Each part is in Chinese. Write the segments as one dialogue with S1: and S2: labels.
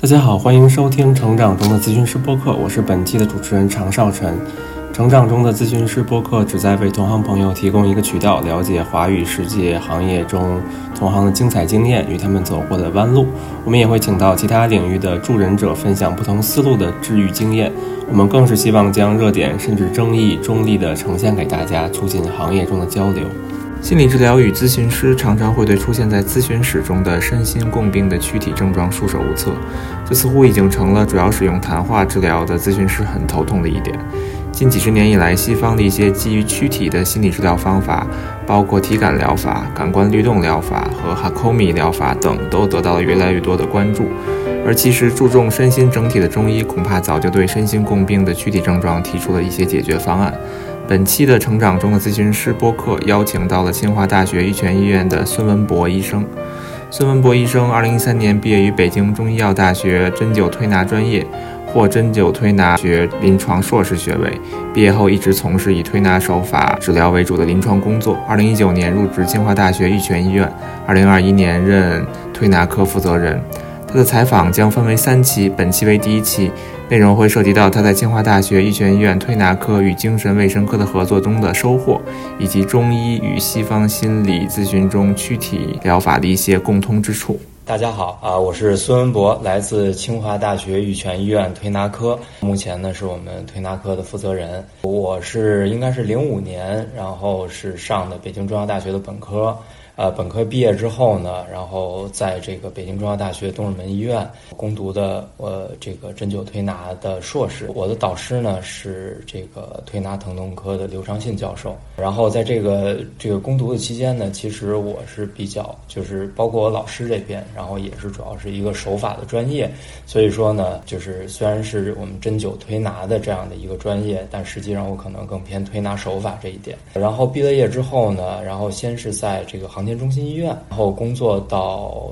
S1: 大家好，欢迎收听成长中的咨询师播客，我是本期的主持人常少晨。成长中的咨询师播客旨在为同行朋友提供一个渠道，了解华语世界行业中同行的精彩经验与他们走过的弯路。我们也会请到其他领域的助人者分享不同思路的治愈经验。我们更是希望将热点甚至争议中立地呈现给大家，促进行业中的交流。心理治疗与咨询师常常会对出现在咨询室中的身心共病的躯体症状束手无策，这似乎已经成了主要使用谈话治疗的咨询师很头痛的一点。近几十年以来，西方的一些基于躯体的心理治疗方法，包括体感疗法、感官律动疗法和 Hakomi 疗法等，都得到了越来越多的关注。而其实注重身心整体的中医，恐怕早就对身心共病的躯体症状提出了一些解决方案。本期的成长中的咨询师播客邀请到了清华大学玉泉医院的孙文博医生。孙文博医生2013年毕业于北京中医药大学针灸推拿专业，获针灸推拿学临床硕士学位。毕业后一直从事以推拿手法治疗为主的临床工作。2019年入职清华大学玉泉医院，2021年任推拿科负责人。他的采访将分为3期，本期为第1期，内容会涉及到他在清华大学玉泉医院推拿科与精神卫生科的合作中的收获，以及中医与西方心理咨询中躯体疗法的一些共通之处。
S2: 大家好我是孙文博，来自清华大学玉泉医院推拿科，目前呢是我们推拿科的负责人。我是应该是05年，然后是上的北京中药大学的本科。本科毕业之后呢，然后在这个北京中药大学东直门医院攻读的这个针灸推拿的硕士。我的导师呢是这个推拿疼痛科的刘长信教授。然后在这个攻读的期间呢，其实我是比较就是包括我老师这边，然后也是主要是一个手法的专业，所以说呢，就是虽然是我们针灸推拿的这样的一个专业，但实际上我可能更偏推拿手法这一点。然后毕了业之后呢，然后先是在这个航天中心医院，然后工作到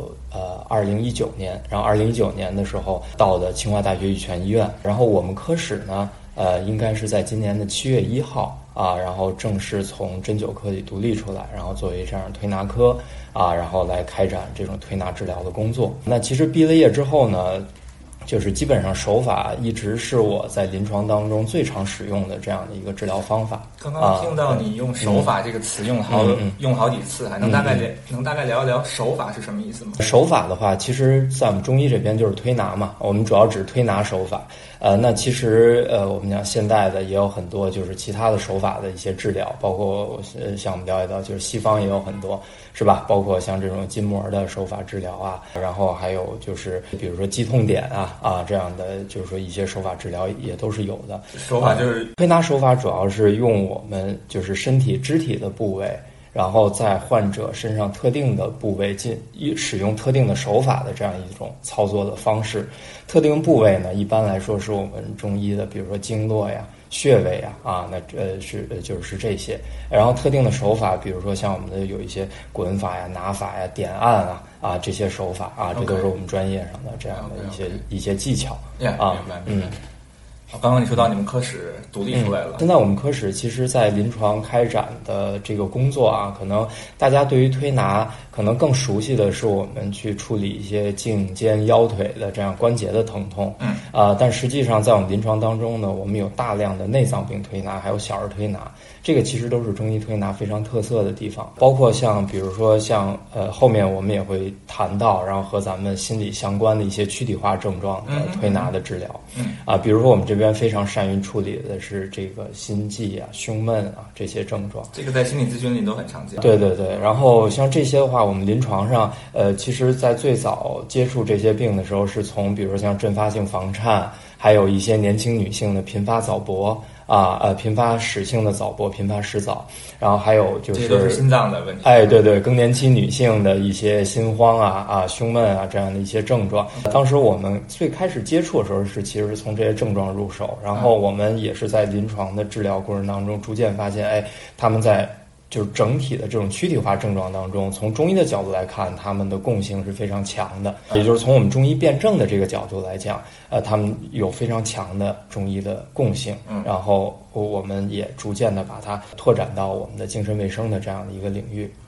S2: 2019年，然后2019年的时候到的清华大学玉泉医院，然后我们科室呢应该是在今年的7月1号然后正式从针灸科里独立出来，然后作为这样推拿科然后来开展这种推拿治疗的工作。那其实毕了业之后呢，就是基本上手法一直是我在临床当中最常使用的这样的一个治疗方法。
S3: 刚刚听到你用手法这个词用好几次，还能大概聊一聊手法是什么意思吗？
S2: 手法的话，其实在我们中医这边就是推拿嘛，我们主要指推拿手法。那其实我们讲现代的也有很多就是其他的手法的一些治疗，包括像我们了解到就是西方也有很多，是吧？包括像这种筋膜的手法治疗然后还有就是比如说肌痛点这样的，就是说一些手法治疗也都是有的。
S3: 手法就是
S2: 推拿手法主要是用我们就是身体肢体的部位，然后在患者身上特定的部位使用特定的手法的这样一种操作的方式。特定部位呢，一般来说是我们中医的，比如说经络呀、穴位就是这些。然后特定的手法，比如说像我们的有一些滚法呀、拿法呀、点按这些手法这都是我们专业上的这样的一些技巧
S3: 明白。刚刚你说到你们科室独立出来了，
S2: 现在我们科室其实在临床开展的这个工作可能大家对于推拿可能更熟悉的是我们去处理一些颈肩腰腿的这样关节的疼痛，但实际上在我们临床当中呢，我们有大量的内脏病推拿，还有小儿推拿，这个其实都是中医推拿非常特色的地方。包括像比如说像后面我们也会谈到，然后和咱们心理相关的一些躯体化症状的推拿的治疗，比如说我们这边非常善于处理的是这个心悸胸闷这些症状，
S3: 这个在心理咨询里都很常见。
S2: 对，然后像这些的话，我们临床上其实在最早接触这些病的时候，是从比如说像阵发性房颤，还有一些年轻女性的频发早搏频发室性的早搏、频发室早，然后还有就是
S3: 这都是心脏的问题。
S2: 对，更年期女性的一些心慌胸闷这样的一些症状。当时我们最开始接触的时候其实是从这些症状入手，然后我们也是在临床的治疗过程当中逐渐发现，他们在就是整体的这种躯体化症状当中，从中医的角度来看，他们的共性是非常强的。也就是从我们中医辩证的这个角度来讲，他们有非常强的中医的共性。然后我们也逐渐的把它拓展到我们的精神卫生的这样的一个领域。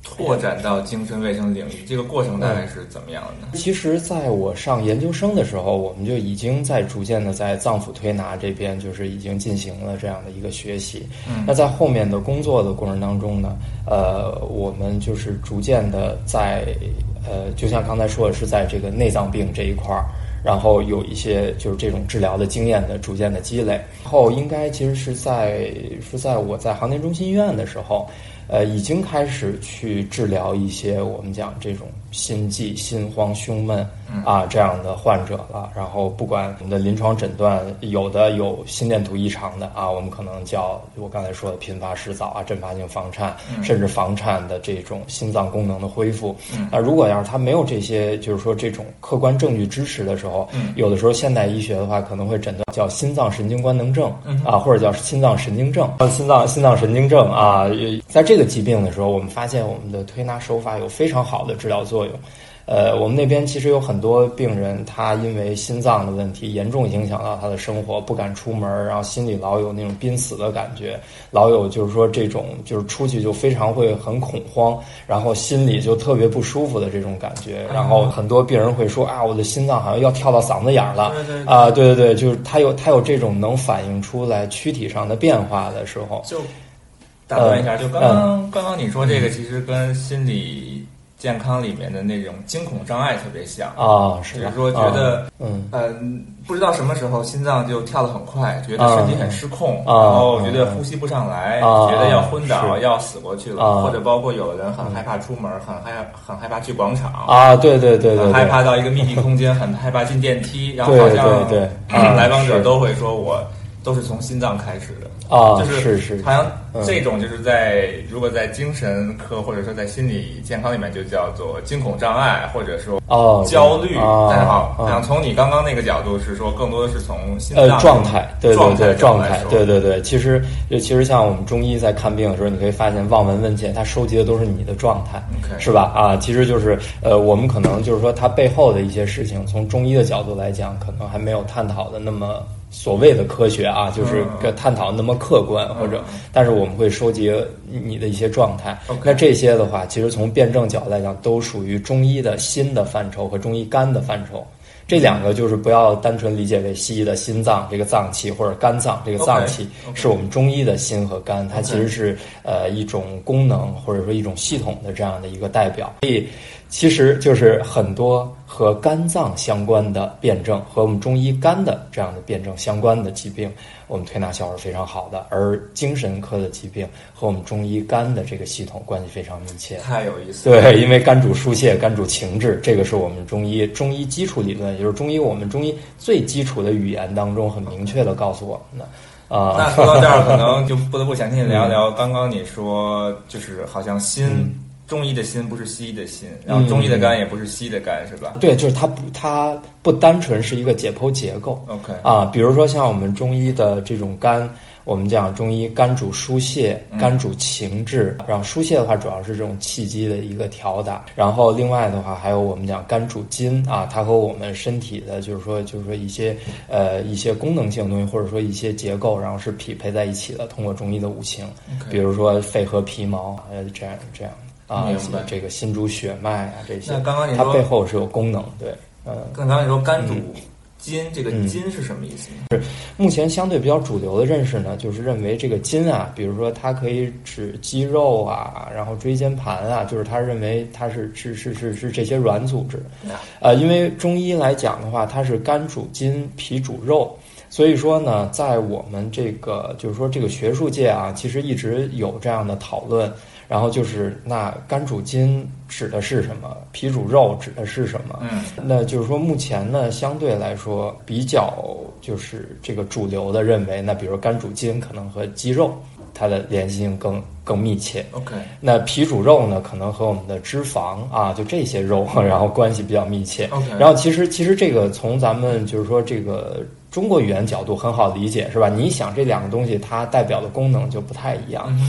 S3: 拓展到精神卫生领域，这个过程大概是怎么样的？
S2: 其实在我上研究生的时候，我们就已经在逐渐的在脏腑推拿这边就是已经进行了这样的一个学习。那在后面的工作的过程当中呢，我们就是逐渐的在就像刚才说的是在这个内脏病这一块儿，然后有一些就是这种治疗的经验的逐渐的积累。后应该其实是在我在航天中心医院的时候，已经开始去治疗一些我们讲这种心悸、心慌、胸闷这样的患者了。然后不管我们的临床诊断，有的有心电图异常的我们可能叫我刚才说的频发室早阵发性房颤，甚至房颤的这种心脏功能的恢复。如果要是他没有这些就是说这种客观证据支持的时候，有的时候现代医学的话可能会诊断叫心脏神经官能症或者叫心脏神经症。心脏神经症在这个疾病的时候，我们发现我们的推拿手法有非常好的治疗作用。我们那边其实有很多病人，他因为心脏的问题严重影响到他的生活，不敢出门，然后心里老有那种濒死的感觉，老有就是说这种就是出去就非常会很恐慌，然后心里就特别不舒服的这种感觉。然后很多病人会说我的心脏好像要跳到嗓子眼了。对，就是他有这种能反映出来躯体上的变化的时候。
S3: 就打断一下，就刚刚你说这个其实跟心理健康里面的那种惊恐障碍特别像
S2: 是
S3: 比如说觉得不知道什么时候心脏就跳得很快，觉得身体很失控，然后觉得呼吸不上来，觉得要昏倒，要死过去了，或者包括有的人很害怕出门，很害怕去广场
S2: 对，
S3: 很害怕到一个密闭空间，很害怕进电梯，然后好像来访者都会说我都是从心脏开始的。就是好像这种就是如果在精神科或者说在心理健康里面就叫做惊恐障碍，或者说焦虑。但是好像从你刚刚那个角度是说更多的是从心脏
S2: 状态，对，
S3: 对。
S2: 其实像我们中医在看病的时候，你可以发现望闻问切，它收集的都是你的状态，是吧？其实就是我们可能就是说它背后的一些事情，从中医的角度来讲，可能还没有探讨的那么所谓的科学就是探讨那么客观，或者但是我们会收集你的一些状态。那这些的话，其实从辩证角度来讲，都属于中医的心的范畴和中医肝的范畴。这两个就是不要单纯理解为西医的心脏这个脏器，或者肝脏这个脏器，是我们中医的心和肝，它其实是一种功能或者说一种系统的这样的一个代表。所以其实就是很多和肝脏相关的辩证，和我们中医肝的这样的辩证相关的疾病，我们推拿效果是非常好的。而精神科的疾病和我们中医肝的这个系统关系非常密切。
S3: 太有意思了。
S2: 对，因为肝主疏泄，肝主情志，这个是我们中医基础理论，也就是我们中医最基础的语言当中很明确的告诉我们的。
S3: 那说到这儿，可能就不得不想跟你聊聊刚刚你说就是好像心。中医的心不是西医的心，然后中医的肝也不是西医的肝，是吧？
S2: 对，就是它不单纯是一个解剖结构。比如说像我们中医的这种肝，我们讲中医肝主疏泄，肝主情志，然后疏泄的话主要是这种气机的一个调达，然后另外的话还有我们讲肝主筋它和我们身体的就是说一些功能性的东西，或者说一些结构，然后是匹配在一起的，通过中医的五行，比如说肺和皮毛，这样。这个心主血脉这些，
S3: 那刚刚你
S2: 说它背后是有功能，对，
S3: 刚刚你说肝主筋，这个筋是什么意思呢？
S2: 是目前相对比较主流的认识呢，就是认为这个筋比如说它可以指肌肉然后椎间盘就是他认为它是这些软组织，因为中医来讲的话，它是肝主筋，脾主肉。所以说呢，在我们这个就是说这个学术界其实一直有这样的讨论。然后就是那肝主筋指的是什么，脾主肉指的是什么？那就是说目前呢，相对来说比较就是这个主流的认为，那比如肝主筋可能和肌肉它的联系性更密切。那脾主肉呢，可能和我们的脂肪就这些肉，然后关系比较密切。然后其实这个从咱们就是说这个中国语言角度很好理解，是吧？你想这两个东西它代表的功能就不太一样。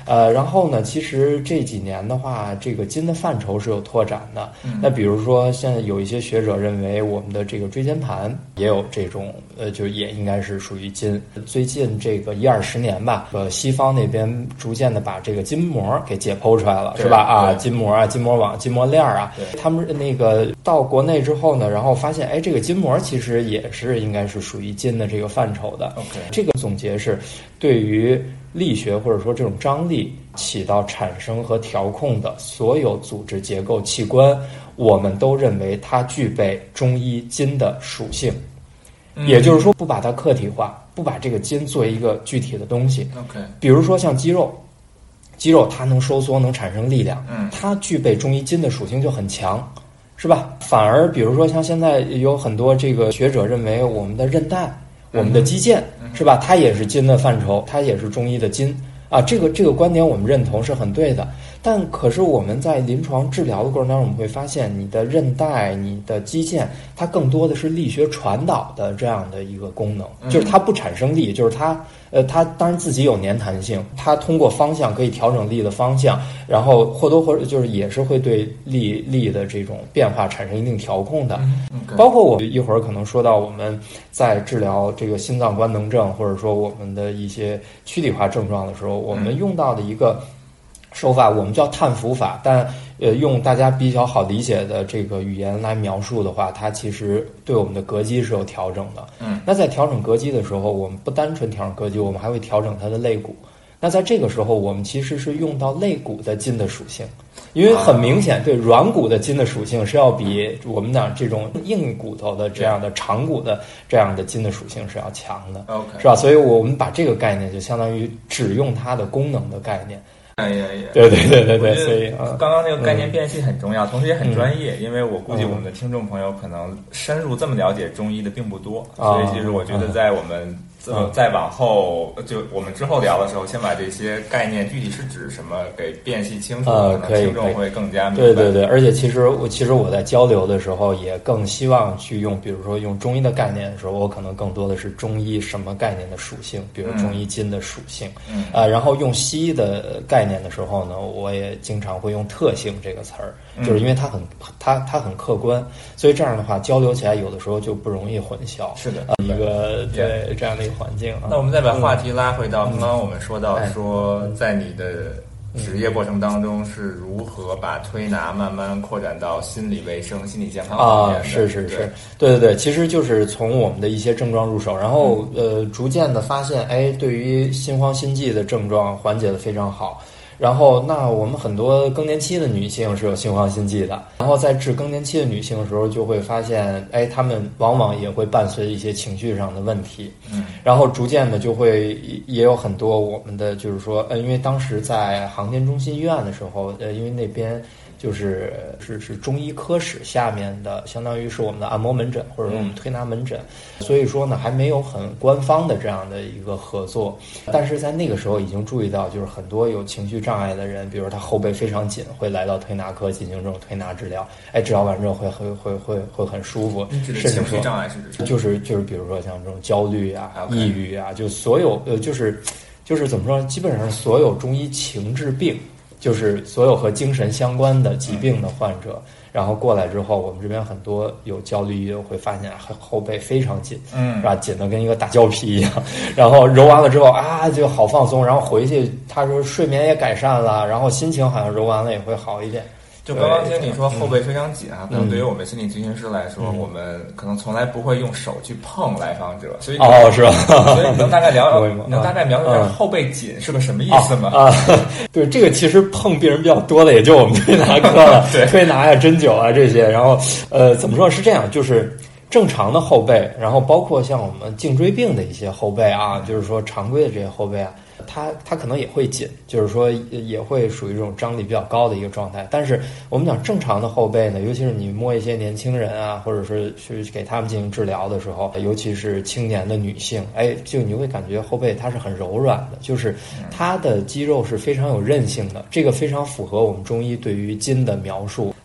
S2: 然后呢，其实这几年的话，这个筋的范畴是有拓展的。那比如说，现在有一些学者认为，我们的这个椎间盘也有这种，就也应该是属于筋。最近这个10-20年吧，西方那边逐渐的把这个筋膜给解剖出来了，是吧？啊，筋膜啊，筋膜网、筋膜链啊，他们那个到国内之后呢，然后发现，哎，这个筋膜其实也是应该是属于筋的这个范畴的。这个总结是对于力学或者说这种张力起到产生和调控的所有组织结构器官，我们都认为它具备中医筋的属性。也就是说，不把它客体化，不把这个筋作为一个具体的东西。比如说像肌肉它能收缩，能产生力量，它具备中医筋的属性就很强，是吧？反而比如说像现在有很多这个学者认为我们的韧带、我们的肌腱，是吧？它也是筋的范畴，它也是中医的筋啊。这个观点我们认同是很对的。但可是我们在临床治疗的过程当中，我们会发现你的韧带、你的肌腱，它更多的是力学传导的这样的一个功能，就是它不产生力，就是它当然自己有粘弹性，它通过方向可以调整力的方向，然后或多或少就是也是会对力的这种变化产生一定调控的。包括我一会儿可能说到我们在治疗这个心脏官能症，或者说我们的一些躯体化症状的时候，我们用到的一个手法我们叫碳符法，但用大家比较好理解的这个语言来描述的话，它其实对我们的膈肌是有调整的。那在调整膈肌的时候，我们不单纯调整膈肌，我们还会调整它的肋骨。那在这个时候，我们其实是用到肋骨的筋的属性，因为很明显，对软骨的筋的属性是要比我们讲这种硬骨头的这样的长骨的这样的筋的属性是要强的，是吧？所以我们把这个概念就相当于只用它的功能的概念。对，所以
S3: 刚刚那个概念辨析很重要，同时也很专业，因为我估计我们的听众朋友可能深入这么了解中医的并不多，所以其实我觉得在我们再往后，就我们之后聊的时候，先把这些概念具体是指什么给辨析清楚，可能听众会更加明白。
S2: 对，而且其实我在交流的时候也更希望去用，比如说用中医的概念的时候，我可能更多的是中医什么概念的属性，比如中医筋的属性，然后用西医的概念的时候呢，我也经常会用特性这个词儿，就是因为它很客观，所以这样的话交流起来有的时候就不容易混淆。
S3: 是的，
S2: 一个对这样的一个环境。
S3: 那我们再把话题拉回到刚刚我们说到说，在你的职业过程当中是如何把推拿慢慢扩展到心理卫生、心理健康方面的？
S2: 是，对，其实就是从我们的一些症状入手，然后逐渐的发现，哎，对于心慌心悸的症状缓解的非常好。然后，那我们很多更年期的女性是有心慌心悸的，然后在治更年期的女性的时候，就会发现，哎，她们往往也会伴随一些情绪上的问题，然后逐渐的就会也有很多我们的就是说，因为当时在航天中心医院的时候，因为那边是中医科室下面的，相当于是我们的按摩门诊或者说我们推拿门诊，所以说呢还没有很官方的这样的一个合作，但是在那个时候已经注意到，就是很多有情绪障碍的人，比如他后背非常紧，会来到推拿科进行这种推拿治疗，哎，治疗完之后会很舒服。
S3: 甚至情绪障碍是指
S2: 就是比如说像这种焦虑啊、抑郁啊，就所有就是怎么说，基本上所有中医情志病。就是所有和精神相关的疾病的患者，然后过来之后，我们这边很多有焦虑的会发现后背非常紧，是吧？紧的跟一个大胶皮一样，然后揉完了之后啊就好放松，然后回去他说睡眠也改善了，然后心情好像揉完了也会好一点。
S3: 就刚刚听你说后背非常紧啊，可能对于我们心理咨询师来说，我们可能从来不会用手去碰来访者，所以
S2: 是吧？
S3: 所以你能大概描述一下后背紧是个什么意思吗？
S2: 对，这个其实碰病人比较多的也就我们推拿科了，
S3: 对，
S2: 推拿呀、针灸啊这些，然后怎么说是这样，就是正常的后背，然后包括像我们颈椎病的一些后背啊，就是说常规的这些后背啊。它可能也会紧，就是说也会属于这种张力比较高的一个状态。但是我们讲正常的后背呢，尤其是你摸一些年轻人啊，或者是去给他们进行治疗的时候，尤其是青年的女性，哎，就你会感觉后背它是很柔软的，就是它的肌肉是非常有韧性的，这个非常符合我们中医对于筋的描述。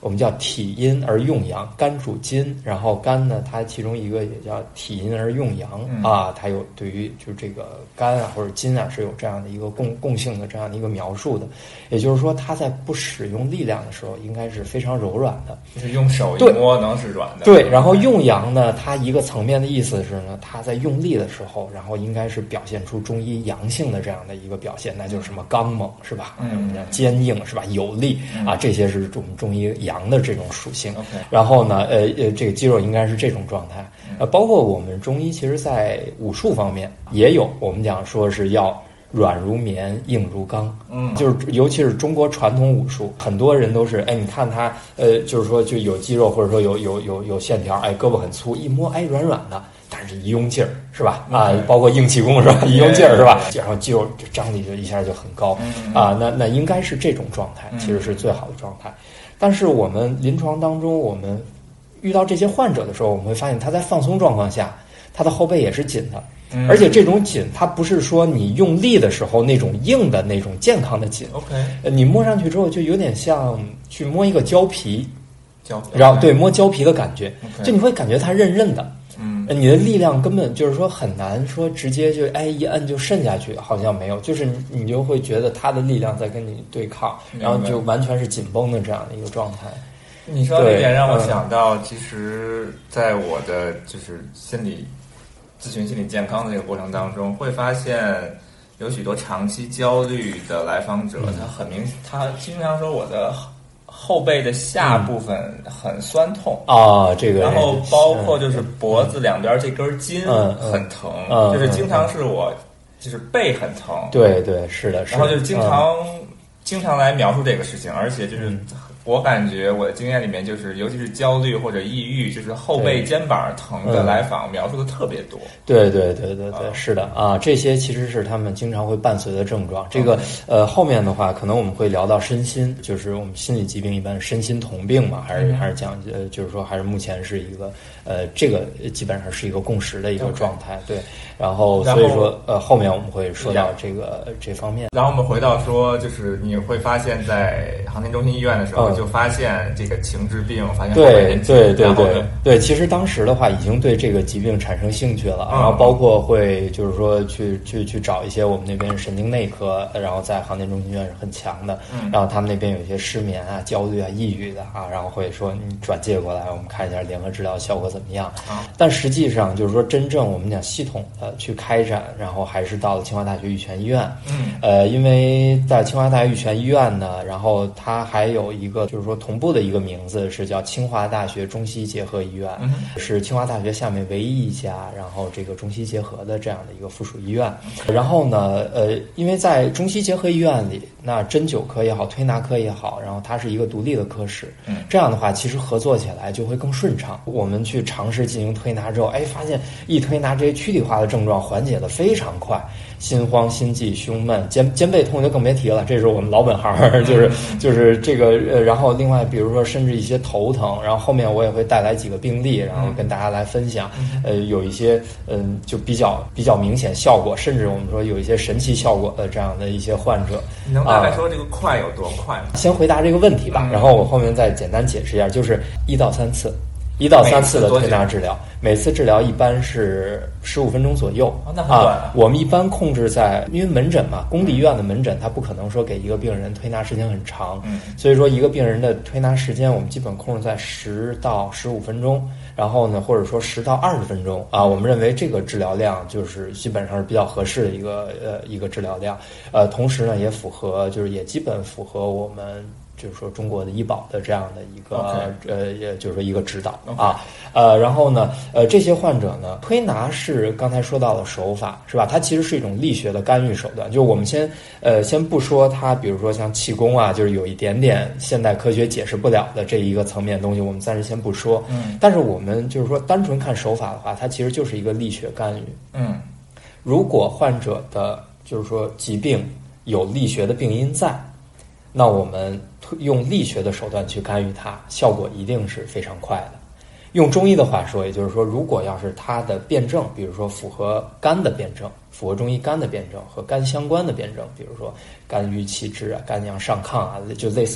S2: 我们叫体阴而用阳，肝主筋，然后肝呢，它其中一个也叫体阴而用阳啊，它有对于就是这个肝啊或者筋啊是有这样的一个共性的这样的一个描述的。也就是说，它在不使用力量的时候，应该是非常柔软的，
S3: 就是用手一摸能是软的。
S2: 对，然后用阳呢，它一个层面的意思是呢，它在用力的时候，然后应该是表现出中医阳性的这样的一个表现，那就是什么刚猛是吧？坚硬是吧？有力啊，这些是我们中医阳的这种属性。然后呢，这个肌肉应该是这种状态。包括我们中医其实在武术方面也有，我们讲说是要软如棉，硬如钢。就是尤其是中国传统武术，很多人都是，你看他，就是说就有肌肉或者说有线条，胳膊很粗，一摸，软软的。但是一用劲儿是吧？包括硬气功是吧？一用劲儿是吧？然后肌肉张力就一下就很高那应该是这种状态，其实是最好的状态。但是我们临床当中，我们遇到这些患者的时候，我们会发现他在放松状况下，他的后背也是紧的，而且这种紧，它不是说你用力的时候那种硬的那种健康的紧。你摸上去之后就有点像去摸一个胶皮，然后对摸胶皮的感觉，就你会感觉它韧韧的。你的力量根本就是说很难说直接就一摁就渗下去，好像没有，就是你就会觉得他的力量在跟你对抗，然后就完全是紧绷的这样的一个状态。
S3: 你说这点让我想到，其实在我的就是心理咨询心理健康的这个过程当中，会发现有许多长期焦虑的来访者，他经常说我的后背的下部分很酸痛
S2: 这个，
S3: 然后包括就是脖子两边这根筋很疼，就是经常是我就是背很疼，
S2: 对，是的，
S3: 然后就是经常来描述这个事情，而且就是我感觉我的经验里面，就是尤其是焦虑或者抑郁，就是后背肩膀疼的来访描述的特别多。
S2: 对，是的这些其实是他们经常会伴随的症状。这个后面的话，可能我们会聊到身心，就是我们心理疾病一般身心同病嘛，还是讲就是说还是目前是一个这个基本上是一个共识的一个状态。对，然后所以说后面我们会说到这方面。
S3: 然后我们回到说，就是你会发现在航天中心医院的时候。就发现这个情志病，发现
S2: 对，其实当时的话已经对这个疾病产生兴趣了，然后包括会就是说去找一些我们那边神经内科，然后在航天中心医院是很强的，然后他们那边有一些失眠啊、焦虑啊、抑郁的然后会说你转介过来，我们看一下联合治疗效果怎么样。但实际上就是说真正我们讲系统的去开展，然后还是到了清华大学玉泉医院。因为在清华大学玉泉医院呢，然后它还有一个就是说同步的一个名字是叫清华大学中西结合医院，是清华大学下面唯一一家然后这个中西结合的这样的一个附属医院。然后呢因为在中西结合医院里，那针灸科也好，推拿科也好，然后它是一个独立的科室，这样的话其实合作起来就会更顺畅。我们去尝试进行推拿之后，发现一推拿这些躯体化的症状缓解的非常快，心慌、心悸、胸闷、肩背痛就更别提了，这是我们老本行，就是这个然后另外比如说甚至一些头疼，然后后面我也会带来几个病例，然后跟大家来分享，有一些就比较明显效果，甚至我们说有一些神奇效果的这样的一些患者。
S3: 你能大概说这个快有多快吗？
S2: 先回答这个问题吧，然后我后面再简单解释一下，就是1到3次。1到3次的推拿治疗，每次治疗一般是15分钟左右。
S3: 那很短
S2: 我们一般控制在，因为门诊嘛，公立医院的门诊，它不可能说给一个病人推拿时间很长，所以说一个病人的推拿时间我们基本控制在10到15分钟，然后呢，或者说10到20分钟我们认为这个治疗量就是基本上是比较合适的一个治疗量，同时呢也符合，就是也基本符合我们。就是说中国的医保的这样的一个也就是说一个指导然后呢这些患者呢，推拿是刚才说到的手法是吧？它其实是一种力学的干预手段。就我们先不说它，比如说像气功就是有一点点现代科学解释不了的这一个层面的东西，我们暂时先不说。但是我们就是说单纯看手法的话，它其实就是一个力学干预。如果患者的就是说疾病有力学的病因在，那我们用力学的手段去干预它，效果一定是非常快的。用中医的话说，也就是说，如果要是它的辩证，比如说符合肝的辩证，符合中医肝的辩证和肝相关的辩证，比如说肝郁气滞肝阳上亢就类似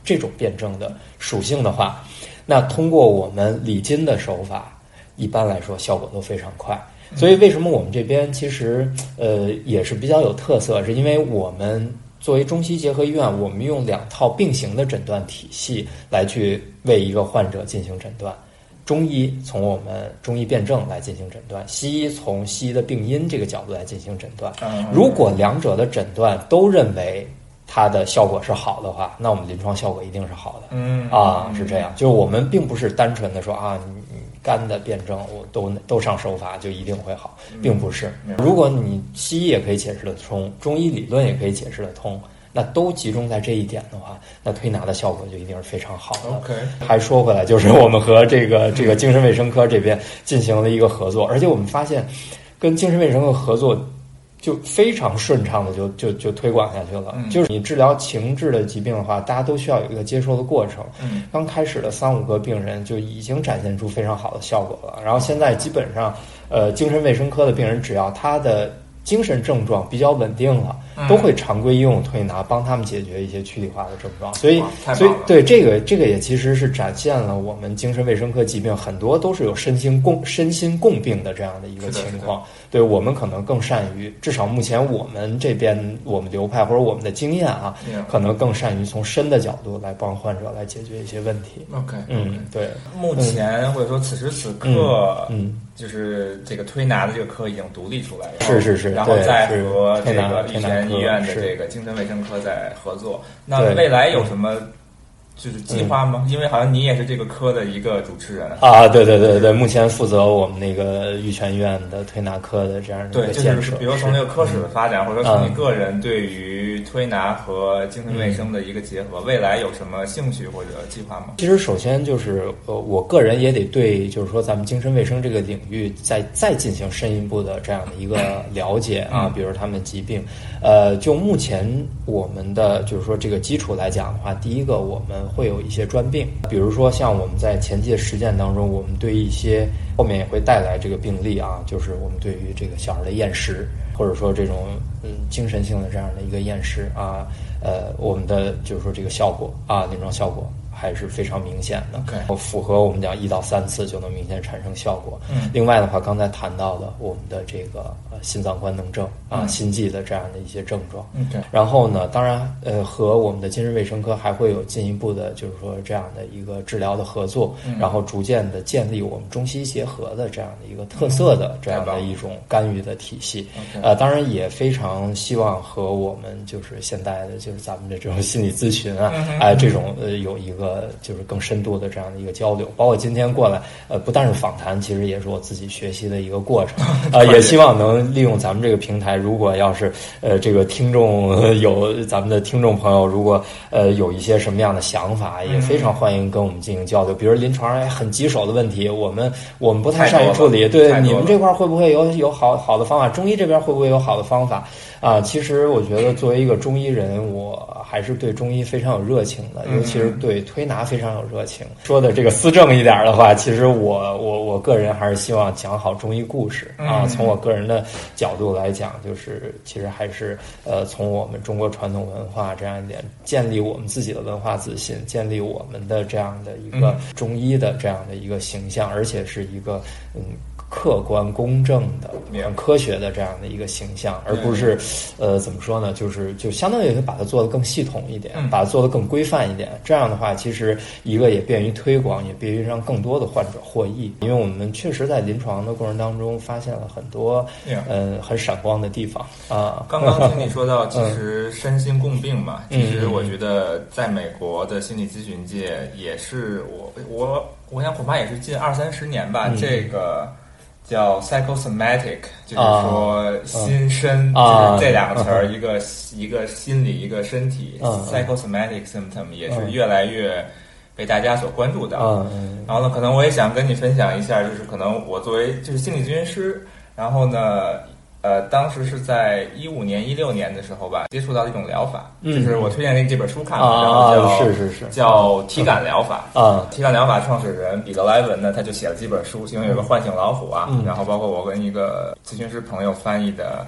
S2: 这种辩证的属性的话，那通过我们理筋的手法，一般来说效果都非常快。所以为什么我们这边其实也是比较有特色，是因为我们作为中西结合医院，我们用2套并行的诊断体系来去为一个患者进行诊断。中医从我们中医辩证来进行诊断，西医从西医的病因这个角度来进行诊断。如果2者的诊断都认为它的效果是好的话，那我们临床效果一定是好的。是这样，就是我们并不是单纯的说你肝的辩证我都上手法就一定会好，并不是。如果你西医也可以解释得通，中医理论也可以解释得通，那都集中在这一点的话，那推拿的效果就一定是非常好的。
S3: OK，
S2: 还说回来，就是我们和这个精神卫生科这边进行了一个合作，而且我们发现跟精神卫生科合作就非常顺畅的就推广下去了。就是你治疗情志的疾病的话，大家都需要有一个接受的过程。刚开始的3-5个病人就已经展现出非常好的效果了，然后现在基本上精神卫生科的病人只要他的精神症状比较稳定了，都会常规应用推拿帮他们解决一些躯体化的症状。所以对这个也其实是展现了我们精神卫生科疾病很多都是有身心共病的这样的一个情况。对，我们可能更善于，至少目前我们这边我们流派或者我们的经验可能更善于从身的角度来帮患者来解决一些问题。
S3: OK，
S2: 对，
S3: 目前或者说此时此刻，就是这个推拿的这个科已经独立出来了，
S2: 是，
S3: 然后再和这个玉泉医院的这个精神卫生科在合作。那未来有什么就是计划吗？因为好像你也是这个科的一个主持人
S2: 对，目前负责我们那个玉泉医院的推拿科的这样的一个建设。
S3: 就是比如从这个科室的发展，或者说从你个人对于推拿和精神卫生的一个结合，未来有什么兴趣或者计划吗？
S2: 其实首先就是我个人也得对就是说咱们精神卫生这个领域再进行深一步的这样的一个了解比如他们的疾病。就目前我们的就是说这个基础来讲的话，第一个我们会有一些专病，比如说像我们在前期的实践当中，我们对一些后面也会带来这个病例就是我们对于这个小孩的厌食，或者说这种精神性的这样的一个厌食我们的就是说这个效果临床效果还是非常明显的。符合我们讲1到3次就能明显产生效果。另外的话，刚才谈到了我们的这个心脏官能症心悸的这样的一些症状。然后呢，当然和我们的精神卫生科还会有进一步的就是说这样的一个治疗的合作，然后逐渐的建立我们中西结合的这样的一个特色的这样的一种干预的体系。当然也非常希望和我们就是现代的就是咱们的这种心理咨询这种有一个就是更深度的这样的一个交流。包括今天过来不但是访谈，其实也是我自己学习的一个过程也希望能利用咱们这个平台，如果要是这个听众有咱们的听众朋友如果有一些什么样的想法，也非常欢迎跟我们进行交流。比如临床很棘手的问题，我们不太善于处理，对你们这块会不会有好的方法？中医这边会不会有好的方法其实我觉得作为一个中医人，我还是对中医非常有热情的，尤其是对推拿非常有热情。说的这个思正一点的话，其实我个人还是希望讲好中医故事从我个人的角度来讲，就是其实还是从我们中国传统文化这样一点，建立我们自己的文化自信，建立我们的这样的一个中医的这样的一个形象，而且是一个客观公正的很科学的这样的一个形象，而不是怎么说呢，就相当于把它做得更系统一点，把它做得更规范一点。这样的话，其实一个也便于推广，也便于让更多的患者获益。因为我们确实在临床的过程当中发现了很多很闪光的地方
S3: 刚刚听你说到其实身心共病嘛其实我觉得在美国的心理咨询界也是我想恐怕也是近20-30年吧这个叫 psychosomatic， 就是说心身，就是这两个词儿，一个心理，一个身体，psychosomatic symptom 也是越来越被大家所关注的。然后呢，可能我也想跟你分享一下，就是可能我作为就是心理咨询师，然后呢。当时是在15年、16年的时候吧，接触到一种疗法，就是我推荐给你这本书看的，然后叫体感疗法。体感疗法创始人彼得莱文呢，他就写了几本书，其中有个《唤醒老虎》然后包括我跟一个咨询师朋友翻译的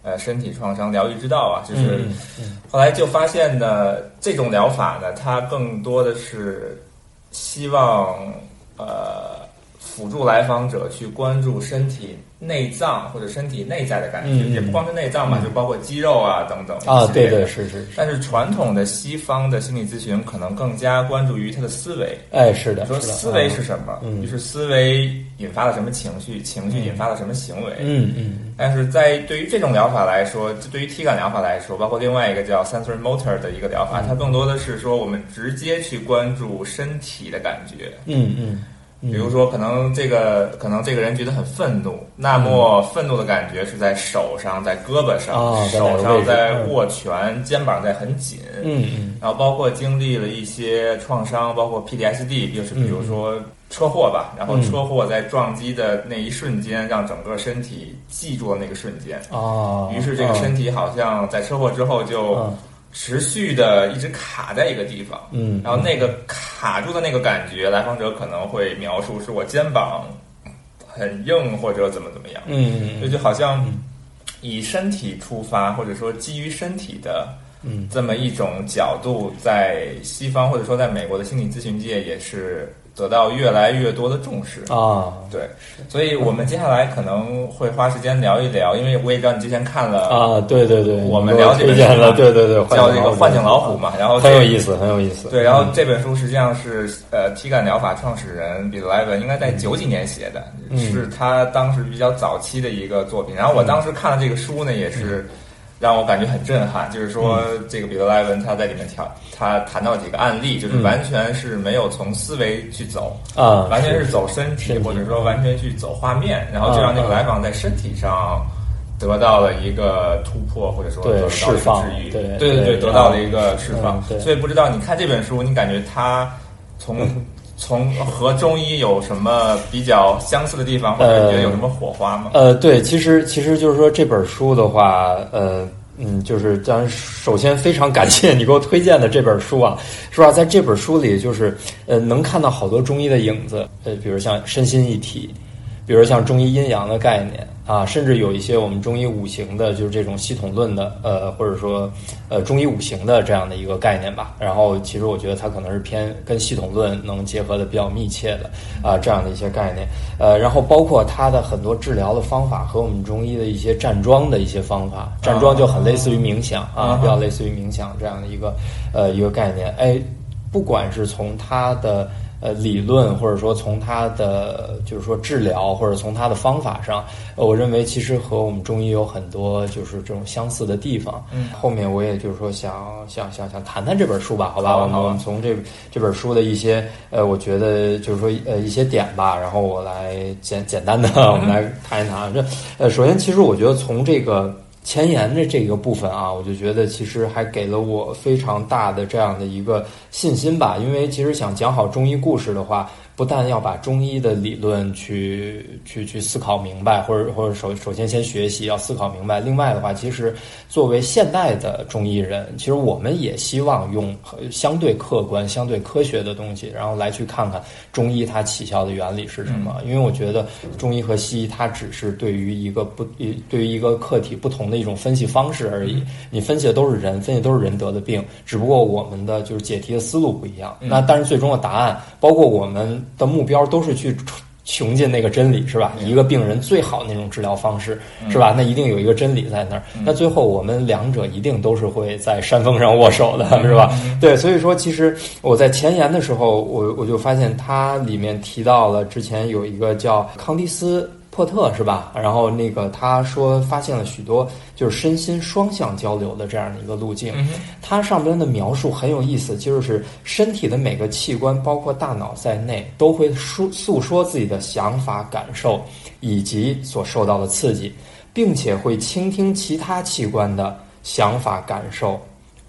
S3: 身体创伤疗愈之道啊，就是后来就发现呢，这种疗法呢，它更多的是希望辅助来访者去关注身体内脏或者身体内在的感觉，也不光是内脏嘛，就包括肌肉啊等等
S2: 啊，对对是。
S3: 但是传统的西方的心理咨询可能更加关注于他的思维，
S2: 是的，
S3: 说思维是什么，就是思维引发了什么情绪，情绪引发了什么行为，但是在对于这种疗法来说，对于体感疗法来说，包括另外一个叫 sensory motor 的一个疗法，它更多的是说我们直接去关注身体的感觉，比如说，可能这个人觉得很愤怒，那么愤怒的感觉是在手上，在胳膊上，手上在握拳，肩膀在很紧，然后包括经历了一些创伤，包括 PTSD， 就是比如说车祸吧，然后车祸在撞击的那一瞬间，让整个身体记住了那个瞬间，于是这个身体好像在车祸之后就持续的一直卡在一个地方，然后那个卡住的那个感觉，来访者可能会描述是我肩膀很硬或者怎么样，就好像以身体出发，或者说基于身体的这么一种角度，在西方或者说在美国的心理咨询界也是得到越来越多的重视
S2: 啊，
S3: 对，所以我们接下来可能会花时间聊一聊，因为我也知道你之前看了
S2: 啊，对，
S3: 我们聊这本书
S2: 了，对，
S3: 叫这个幻境老虎嘛，然后
S2: 很有意思，
S3: 对，然后这本书实际上是体感疗法创始人彼得莱文应该在90几年写的，是他当时比较早期的一个作品，然后我当时看了这个书呢，也是让我感觉很震撼，就是说这个彼得莱文他在里面他谈到几个案例，就是完全是没有从思维去走完全是走身体，或者说完全去走画面，然后就让那个来访在身体上得到了一个突破，或者说得到了
S2: 释放，
S3: 治愈，对，得到了一个释放。所以不知道你看这本书，你感觉它从和中医有什么比较相似的地方，或者觉得有什么火花吗？
S2: 对，其实就是说这本书的话，就是咱首先非常感谢你给我推荐的这本书啊，是吧？在这本书里，就是能看到好多中医的影子，比如像身心一体，比如像中医阴阳的概念啊，甚至有一些我们中医五行的，就是这种系统论的，或者说中医五行的这样的一个概念吧。然后其实我觉得它可能是偏跟系统论能结合的比较密切的这样的一些概念。然后包括它的很多治疗的方法和我们中医的一些站桩的一些方法，站桩就很类似于冥想比较类似于冥想这样的一个概念。不管是从它的理论，或者说从它的就是说治疗，或者从它的方法上，我认为其实和我们中医有很多就是这种相似的地方。后面我也就是说想谈谈这本书吧，好吧？我们从这本书的一些我觉得就是说一些点吧，然后我来简单的我们来谈一谈。首先，其实我觉得从这个前言的这个部分啊，我就觉得其实还给了我非常大的这样的一个信心吧，因为其实想讲好中医故事的话，不但要把中医的理论去思考明白，或者首先先学习要思考明白。另外的话，其实作为现代的中医人，其实我们也希望用相对客观、相对科学的东西，然后来去看看中医它起效的原理是什么。因为我觉得中医和西医它只是对于一个课题不同的一种分析方式而已。你分析的都是人，分析都是人得的病，只不过我们的就是解题的思路不一样。那但是最终的答案，包括我们的目标都是去穷尽那个真理，是吧？一个病人最好那种治疗方式，是吧？那一定有一个真理在那儿。那最后我们两者一定都是会在山峰上握手的，是吧？对，所以说其实我在前言的时候，我就发现它里面提到了之前有一个叫康迪斯珀特，是吧？然后那个他说发现了许多就是身心双向交流的这样的一个路径。它上边的描述很有意思，就是身体的每个器官，包括大脑在内，都会诉说自己的想法、感受以及所受到的刺激，并且会倾听其他器官的想法、感受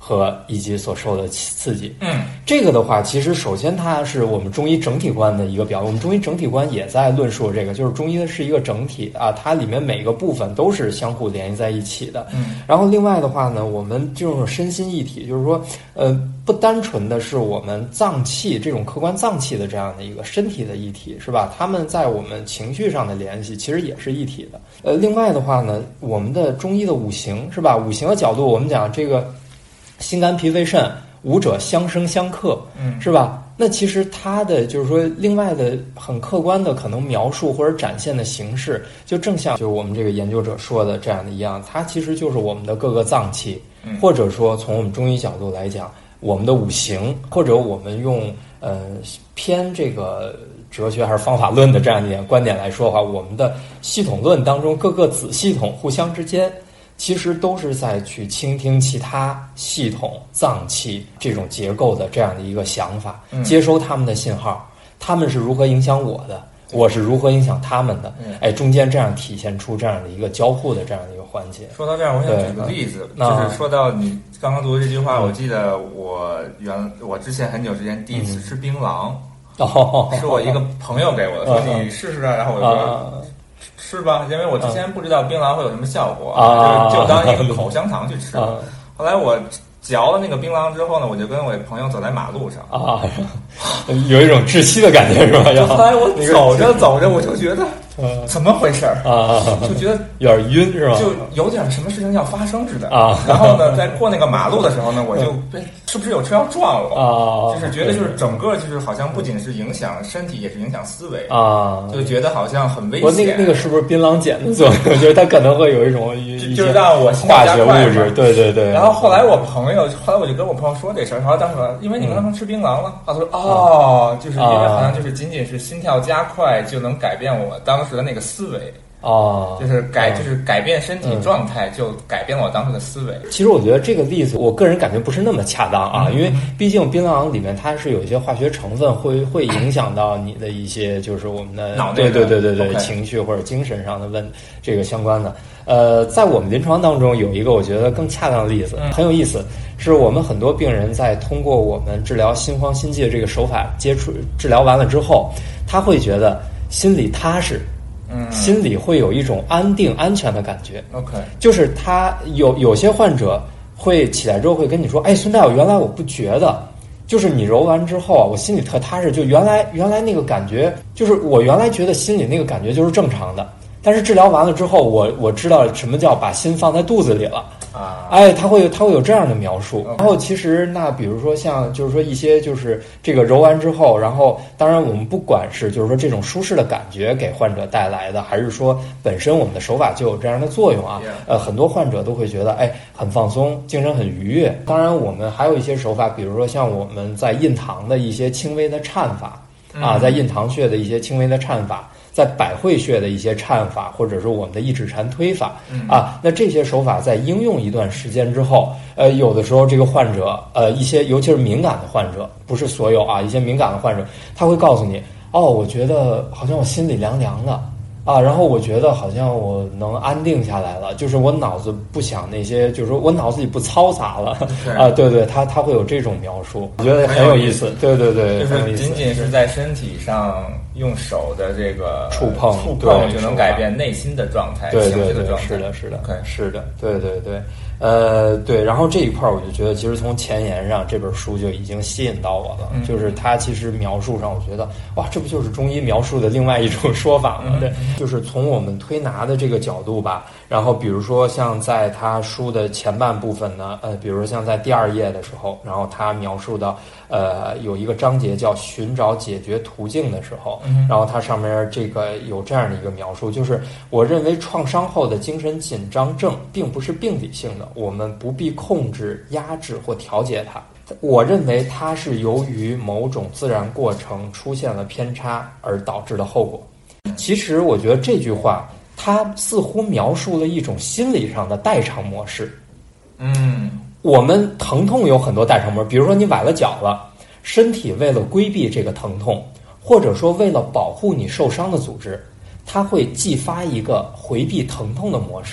S2: 和以及所受的刺激。这个的话，其实首先它是我们中医整体观的一个表现。我们中医整体观也在论述这个，就是中医的是一个整体啊，它里面每个部分都是相互联系在一起的。然后另外的话呢，我们这种身心一体，就是说，不单纯的是我们脏器这种客观脏器的这样的一个身体的一体，是吧？他们在我们情绪上的联系其实也是一体的。另外的话呢，我们的中医的五行，是吧？五行的角度，我们讲这个心肝脾肺肾五者相生相克，是吧？那其实它的就是说，另外的很客观的可能描述或者展现的形式，就正像就是我们这个研究者说的这样的一样，它其实就是我们的各个脏器，或者说从我们中医角度来讲，我们的五行，或者我们用偏这个哲学还是方法论的这样一点观点来说的话，我们的系统论当中各个子系统互相之间，其实都是在去倾听其他系统脏器这种结构的这样的一个想法，接收他们的信号，他们是如何影响我的，我是如何影响他们的，中间这样体现出这样的一个交互的这样的一个环节。
S3: 说到这儿，我想举个例子，就是说到你刚刚读的这句话，我记得我之前很久之前第一次吃槟榔，是我一个朋友给我的，说你试试啊，然后我说是吧？因为我之前不知道槟榔会有什么效果，就当一个口香糖去吃。后来我嚼了那个槟榔之后呢，我就跟我朋友走在马路上
S2: 有一种窒息的感觉，是吧？
S3: 后来我走着，我就觉得怎么回事就觉得
S2: 有点晕，是吧？
S3: 就有点什么事情要发生似的然后呢，在过那个马路的时候呢，我就被是不是有车要撞我就是觉得就是整个就是好像不仅是影响身体，也是影响思维就觉得好像很危险。
S2: 那个是不是槟榔碱的作用？我觉得它可能会有一种
S3: 就让我
S2: 化学物质，对对对。
S3: 然后后来我就跟我朋友说这事儿，然后当时因为你刚刚吃槟榔了，他说就是因为好像就是仅仅是心跳加快就能改变我当时的那个思维就是改变身体状态，就改变了我当时的思维。
S2: 其实我觉得这个例子，我个人感觉不是那么恰当因为毕竟槟榔里面它是有一些化学成分会影响到你的一些就是我们的
S3: 脑
S2: 对情绪或者精神上的这个相关的。在我们临床当中有一个我觉得更恰当的例子，很有意思，是我们很多病人在通过我们治疗心慌心悸的这个手法治疗完了之后，他会觉得心里踏实。心里会有一种安定安全的感觉。就是他有些患者会起来之后会跟你说，孙大夫，原来我不觉得，就是你揉完之后我心里特踏实，就原来那个感觉，就是我原来觉得心里那个感觉就是正常的，但是治疗完了之后，我知道什么叫把心放在肚子里了他会有这样的描述。然后其实那比如说像就是说一些就是这个揉完之后，然后当然我们不管是就是说这种舒适的感觉给患者带来的，还是说本身我们的手法就有这样的作用很多患者都会觉得很放松，精神很愉悦。当然我们还有一些手法，比如说像我们在印堂的一些轻微的颤法在印堂穴的一些轻微的颤法，在百会穴的一些颤法，或者说我们的一指禅推法那这些手法在应用一段时间之后，有的时候这个患者一些尤其是敏感的患者，不是所有一些敏感的患者，他会告诉你我觉得好像我心里凉凉的然后我觉得好像我能安定下来了，就是我脑子不想那些，就是说我脑子里不嘈杂了对，他会有这种描述，我觉得很有意思。对，
S3: 就是仅仅是在身体上用手的这个
S2: 触碰
S3: 就能改变内心的状态，情绪的状态。
S2: 是的，对。对，然后这一块我就觉得，其实从前言上这本书就已经吸引到我了，就是它其实描述上，我觉得哇，这不就是中医描述的另外一种说法吗？对，就是从我们推拿的这个角度吧，然后比如说像在他书的前半部分呢，比如说像在第2页的时候，然后他描述到有一个章节叫寻找解决途径的时候，然后它上面这个有这样的一个描述，就是我认为创伤后的精神紧张症并不是病理性的，我们不必控制、压制或调节它。我认为它是由于某种自然过程出现了偏差而导致的后果。其实我觉得这句话它似乎描述了一种心理上的代偿模式。我们疼痛有很多代偿模式，比如说你崴了脚了，身体为了规避这个疼痛，或者说为了保护你受伤的组织，它会继发一个回避疼痛的模式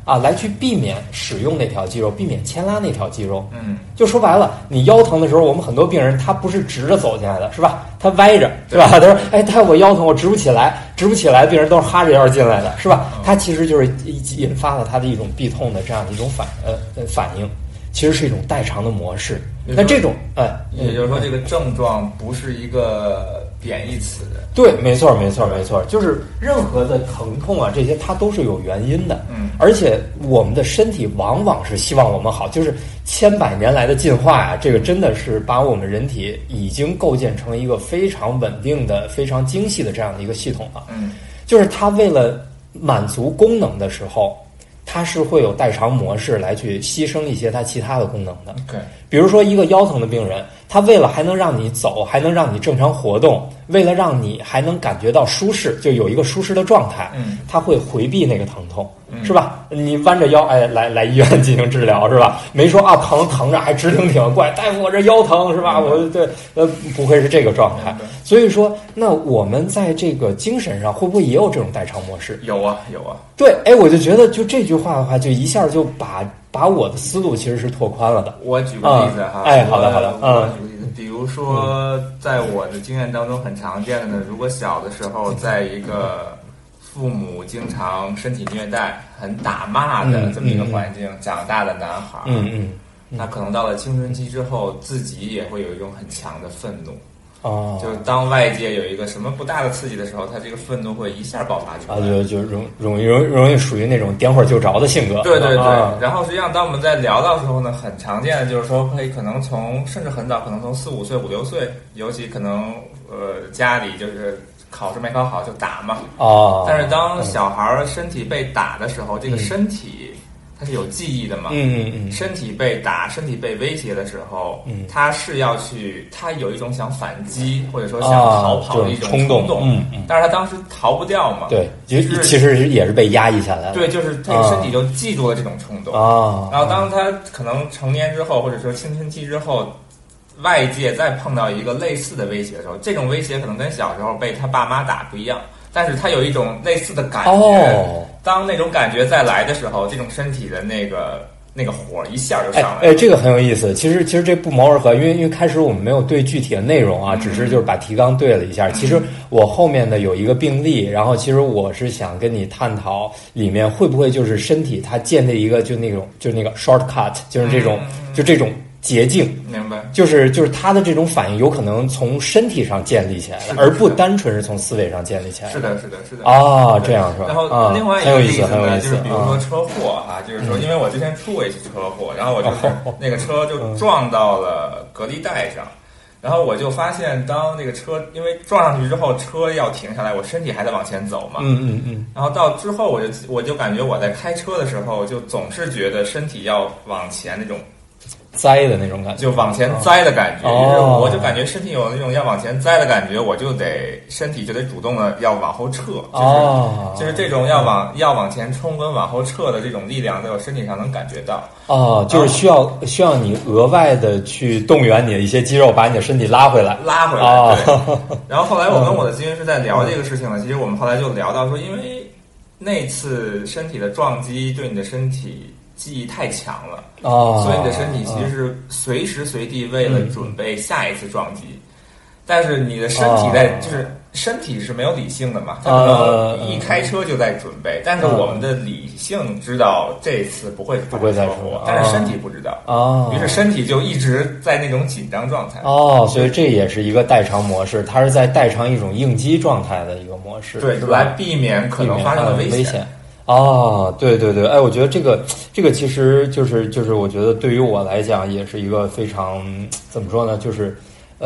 S2: 来去避免使用那条肌肉，避免牵拉那条肌肉。就说白了，你腰疼的时候，我们很多病人他不是直着走进来的，是吧？他歪着，是吧？他说，他我腰疼，我直不起来，病人都是哈着腰进来的，是吧？他其实就是引发了他的一种痹痛的这样的一种反应，其实是一种代偿的模式。那这种
S3: 也就是说，这个症状不是一个贬义词。
S2: 对，没错，就是任何的疼痛啊，这些它都是有原因的。而且我们的身体往往是希望我们好，就是千百年来的进化啊，这个真的是把我们人体已经构建成一个非常稳定的、非常精细的这样的一个系统了。就是它为了满足功能的时候，它是会有代偿模式来去牺牲一些它其他的功能的。比如说一个腰疼的病人，他为了还能让你走，还能让你正常活动，为了让你还能感觉到舒适，就有一个舒适的状态，他会回避那个疼痛，是吧？你弯着腰，来医院进行治疗，是吧？没说疼着还直挺挺，过来大夫我这腰疼，是吧？我对不会是这个状态。所以说，那我们在这个精神上会不会也有这种代偿模式？
S3: 有啊。
S2: 对，我就觉得就这句话的话，就一下就把我的思路其实是拓宽了的。
S3: 我举个例子哈，
S2: 好的，
S3: 我举个例子，比如说在我的经验当中很常见的呢，如果小的时候在一个父母经常身体虐待、很打骂的这么一个环境长大的男孩，他可能到了青春期之后，自己也会有一种很强的愤怒。就是当外界有一个什么不大的刺激的时候，他这个愤怒会一下爆发出来，
S2: 就容易属于那种点火就着的性格。
S3: 对。然后实际上，当我们在聊到的时候呢，很常见的就是说，可能甚至很早，可能从4、5岁、5、6岁，尤其可能家里就是考试没考好就打嘛。但是当小孩身体被打的时候，这个身体它是有记忆的嘛？身体被打、身体被威胁的时候，他是要去，他有一种想反击或者说想逃跑的一种冲动。但是他当时逃不掉嘛？
S2: 对，其实也是被压抑下来了。
S3: 对，就是这个身体就记住了这种冲动。然后当他可能成年之后，或者说青春期之后，外界再碰到一个类似的威胁的时候，这种威胁可能跟小时候被他爸妈打不一样。但是他有一种类似的感觉，当那种感觉再来的时候，这种身体的那个火一下就上来了。
S2: 这个很有意思。其实这不谋而合，因为开始我们没有对具体的内容啊，只是就是把提纲对了一下。其实我后面的有一个病例，然后其实我是想跟你探讨里面会不会就是身体它建立一个就那个 shortcut， 就是这种捷径。
S3: 明白。
S2: 就是他的这种反应有可能从身体上建立起来的，而不单纯是从思维上建立起来的。
S3: 是的。
S2: 这样是吧？
S3: 然后另外一个例子呢，就是比如说车祸哈，就是说因为我之前出过一次车祸，然后我就是那个车就撞到了隔离带上，然后我就发现当那个车因为撞上去之后，车要停下来，我身体还在往前走嘛。然后到之后我就感觉我在开车的时候，就总是觉得身体要往前那种。
S2: 栽的那种感觉，
S3: 就往前栽的感觉，我就感觉身体有那种要往前栽的感觉，我就得身体就得主动的要往后撤，就是这种要往前冲跟往后撤的这种力量，在我身体上能感觉到。
S2: 就是需要你额外的去动员你的一些肌肉，把你的身体拉回来。
S3: 对。然后后来我跟我的咨询师在聊这个事情呢，其实我们后来就聊到说，因为那次身体的撞击对你的身体记忆太强了，所以你的身体其实是随时随地为了准备下一次撞击，但是你的身体就是身体是没有理性的嘛，它可能一开车就在准备，但是我们的理性知道这次不会
S2: 再
S3: 说，但是身体不知道于是身体就一直在那种紧张状态。
S2: 所以这也是一个代偿模式，它是在代偿一种应激状态的一个模式，
S3: 对，来避免可能发生的危险。
S2: 对，我觉得这个其实就是我觉得对于我来讲也是一个非常怎么说呢，就是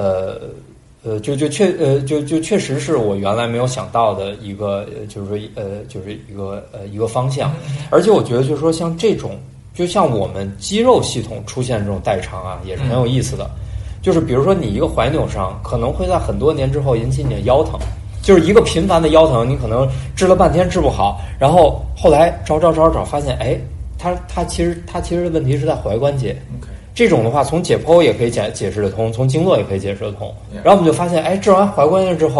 S2: 确实是我原来没有想到的一个，就是说就是一个方向。而且我觉得就是说像这种，就像我们肌肉系统出现这种代偿啊，也是很有意思的。就是比如说你一个踝扭伤，可能会在很多年之后引起你的腰疼。就是一个频繁的腰疼，你可能治了半天治不好，然后后来找发现，它其实的问题是在踝关节。这种的话，从解剖也可以解释得通，从经络也可以解释得通。然后我们就发现，治完踝关节之后，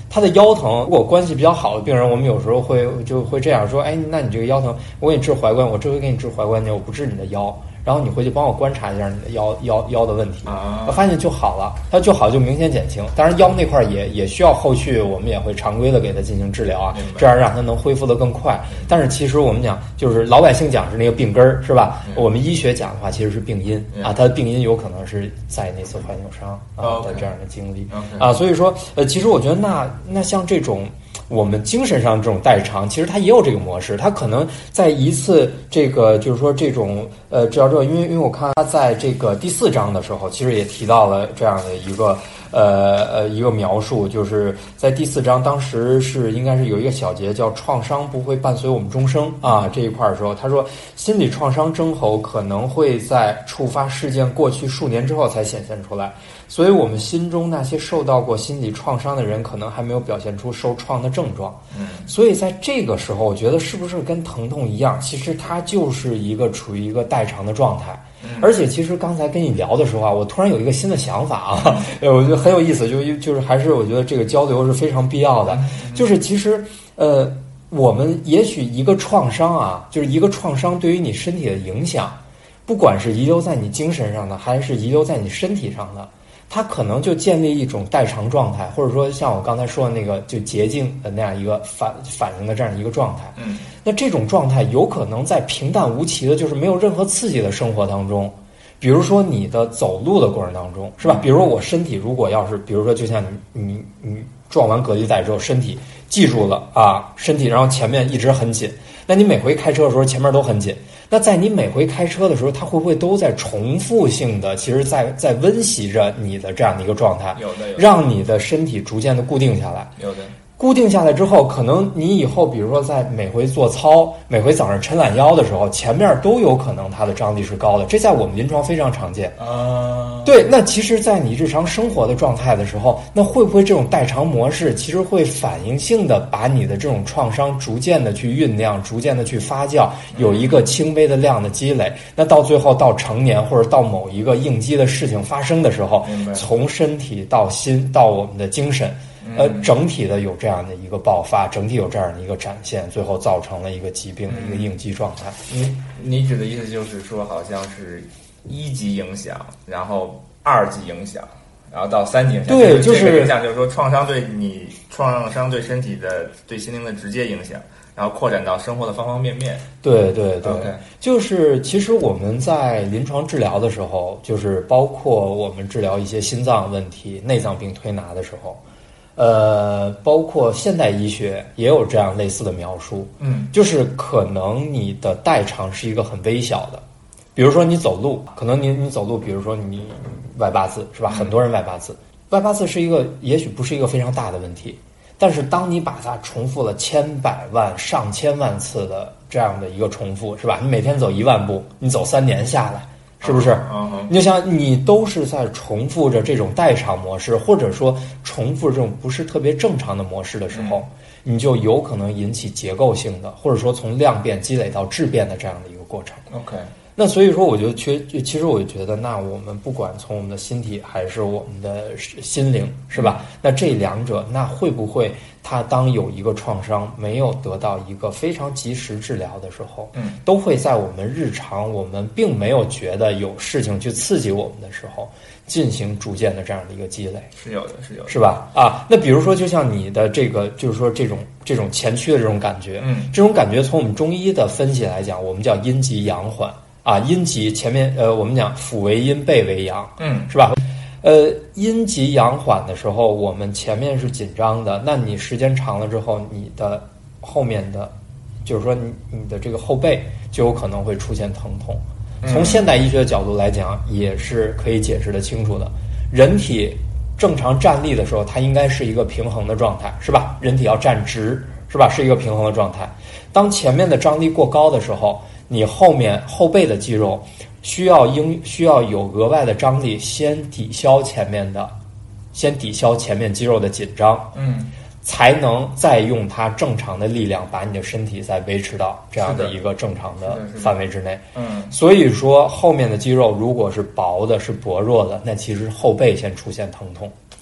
S2: 他的腰疼，如果关系比较好的病人，我们有时候会这样说，哎，那你这个腰疼，我给你治踝关，我这回给你治踝关节，我不治你的腰。然后你回去帮我观察一下你的腰的问题，我发现就好了，它就好就明显减轻。当然腰那块也需要后续我们也会常规的给它进行治疗啊，这样让它能恢复得更快。但是其实我们讲就是老百姓讲是那个病根儿是吧？我们医学讲的话其实是病因啊，它的病因有可能是在那次踝扭伤的这样的经历啊，所以说其实我觉得那像这种。我们精神上这种代偿，其实它也有这个模式，它可能在一次这个就是说这种治疗之后，因为我看他在这个第4章的时候，其实也提到了这样的一个描述，就是在第4章当时应该是有一个小节叫创伤不会伴随我们终生啊这一块的时候，他说心理创伤征候可能会在触发事件过去数年之后才显现出来。所以我们心中那些受到过心理创伤的人，可能还没有表现出受创的症状。所以在这个时候，我觉得是不是跟疼痛一样，其实它就是处于一个代偿的状态。而且其实刚才跟你聊的时候啊，我突然有一个新的想法啊，我觉得很有意思，就是还是我觉得这个交流是非常必要的。就是其实我们也许一个创伤啊，就是一个创伤对于你身体的影响，不管是遗留在你精神上的，还是遗留在你身体上的。它可能就建立一种代偿状态，或者说像我刚才说的那个就捷径的那样一个反应的这样一个状态。那这种状态有可能在平淡无奇的，就是没有任何刺激的生活当中，比如说你的走路的过程当中，是吧？比如说我身体如果要是，比如说就像你撞完隔离带之后，身体记住了啊，身体然后前面一直很紧，那你每回开车的时候前面都很紧。那在你每回开车的时候，它会不会都在重复性的，其实在温习着你的这样的一个状态，
S3: 有的，
S2: 让你的身体逐渐的固定下来，
S3: 有的。
S2: 固定下来之后，可能你以后比如说在每回做操，每回早上抻懒腰的时候，前面都有可能它的张力是高的，这在我们临床非常常见。对，那其实在你日常生活的状态的时候，那会不会这种代偿模式其实会反应性的把你的这种创伤逐渐的去酝酿，逐渐的去发酵，有一个轻微的量的积累，那到最后到成年或者到某一个应激的事情发生的时候，从身体到心到我们的精神整体的有这样的一个爆发，整体有这样的一个展现，最后造成了一个疾病的一个应激状态。
S3: 你指的意思就是说，好像是1级影响，然后2级影响，然后到3级影响。
S2: 对，
S3: 就是这个影响，就是说创伤对身体的对心灵的直接影响，然后扩展到生活的方方面面。
S2: 对对对， okay. 就是其实我们在临床治疗的时候，就是包括我们治疗一些心脏问题、内脏病推拿的时候。包括现代医学也有这样类似的描述，就是可能你的代偿是一个很微小的，比如说你走路，可能你走路，比如说你外八字是吧？很多人外八字，外八字是一个也许不是一个非常大的问题，但是当你把它重复了千百万、上千万次的这样的一个重复，是吧？你每天走1万步，你走3年下来。是不是？你就想你都是在重复着这种代偿模式，或者说重复这种不是特别正常的模式的时候，你就有可能引起结构性的，或者说从量变积累到质变的这样的一个过程。
S3: OK，
S2: 那所以说，我就其实我就觉得，那我们不管从我们的心体还是我们的心灵，是吧？那这两者，那会不会它当有一个创伤没有得到一个非常及时治疗的时候，都会在我们日常我们并没有觉得有事情去刺激我们的时候，进行逐渐的这样的一个积累，
S3: 是有的，
S2: 是吧？啊，那比如说，就像你的这个，就是说这种前驱的这种感觉，这种感觉从我们中医的分析来讲，我们叫阴极阳缓。啊，阴极前面我们讲腹为阴，背为阳，是吧？阴极阳缓的时候，我们前面是紧张的，那你时间长了之后，你的后面的，就是说你的这个后背就有可能会出现疼痛。从现代医学的角度来讲，也是可以解释得清楚的。人体正常站立的时候，它应该是一个平衡的状态，是吧？人体要站直，是吧？是一个平衡的状态。当前面的张力过高的时候，你后背的肌肉需要有额外的张力，先抵消前面肌肉的紧张，才能再用它正常的力量把你的身体再维持到这样的一个正常的范围之内。所以说后面的肌肉如果是薄的、是薄弱的，那其实后背先出现疼痛。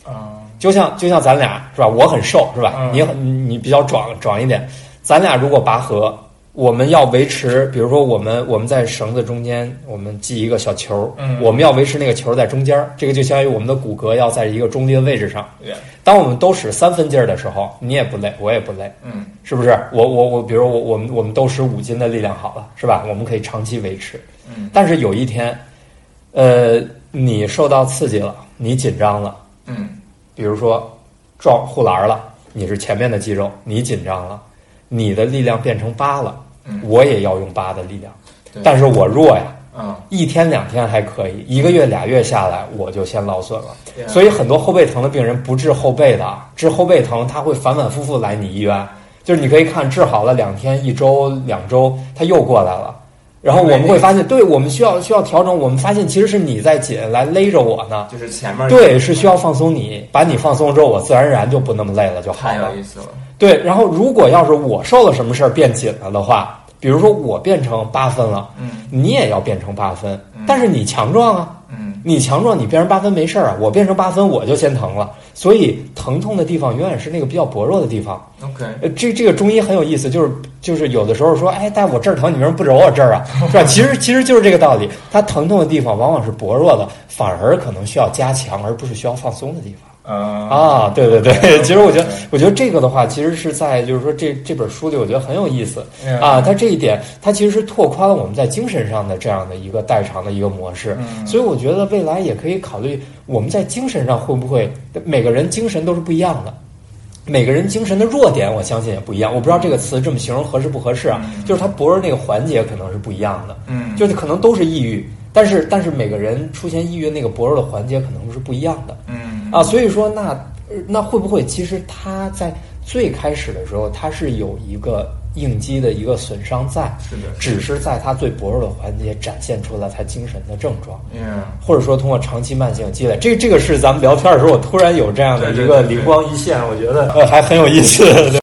S2: 就像咱俩是吧？我很瘦是吧？你比较壮一点，咱俩如果拔河，我们要维持，比如说我们在绳子中间，我们系一个小球，我们要维持那个球在中间，这个就相当于我们的骨骼要在一个中立的位置上。当我们都使3分劲儿的时候，你也不累，我也不累，是不是？我比如我们都使5斤的力量好了，是吧？我们可以长期维持。但是有一天，你受到刺激了，你紧张了，比如说撞护栏了，你是前面的肌肉，你紧张了，你的力量变成8了，我也要用8的力量，但是我弱呀。1天2天还可以，1个月2月下来我就先劳损了。所以很多后背疼的病人不治后背的，治后背疼他会反反复复来你医院，就是你可以看治好了2天、1周、2周，他又过来了。然后我们会发现，对，我们需要调整。我们发现其实是你在紧来勒着我呢，
S3: 就是前面
S2: 对是需要放松你，把你放松之后，我自然而然就不那么累了，就好了。
S3: 太有意思了。
S2: 对，然后如果要是我受了什么事儿变紧了的话，比如说我变成8分了，你也要变成8分，但是你强壮啊，你强壮，你变成8分没事啊，我变成8分我就先疼了，所以疼痛的地方永远是那个比较薄弱的地方。
S3: OK，
S2: 这个中医很有意思，就是有的时候说，哎，大夫我这儿疼，你为什么不揉我这儿啊？是吧？其实就是这个道理，它疼痛的地方往往是薄弱的，反而可能需要加强，而不是需要放松的地方。对，其实我觉得这个的话，其实是在就是说这本书里，我觉得很有意思啊。它这一点，它其实是拓宽了我们在精神上的这样的一个代偿的一个模式。所以我觉得未来也可以考虑，我们在精神上会不会每个人精神都是不一样的。每个人精神的弱点，我相信也不一样。我不知道这个词这么形容合适不合适啊？就是他薄弱那个环节可能是不一样的。就是可能都是抑郁，但是每个人出现抑郁那个薄弱的环节可能是不一样的。所以说那会不会其实他在最开始的时候，他是有一个应激的一个损伤在，
S3: 是的，
S2: 只是在他最薄弱的环节展现出了他精神的症状，或者说通过长期慢性积累，这个是咱们聊天的时候我突然有这样的一个灵光一现，我觉得还很有意思。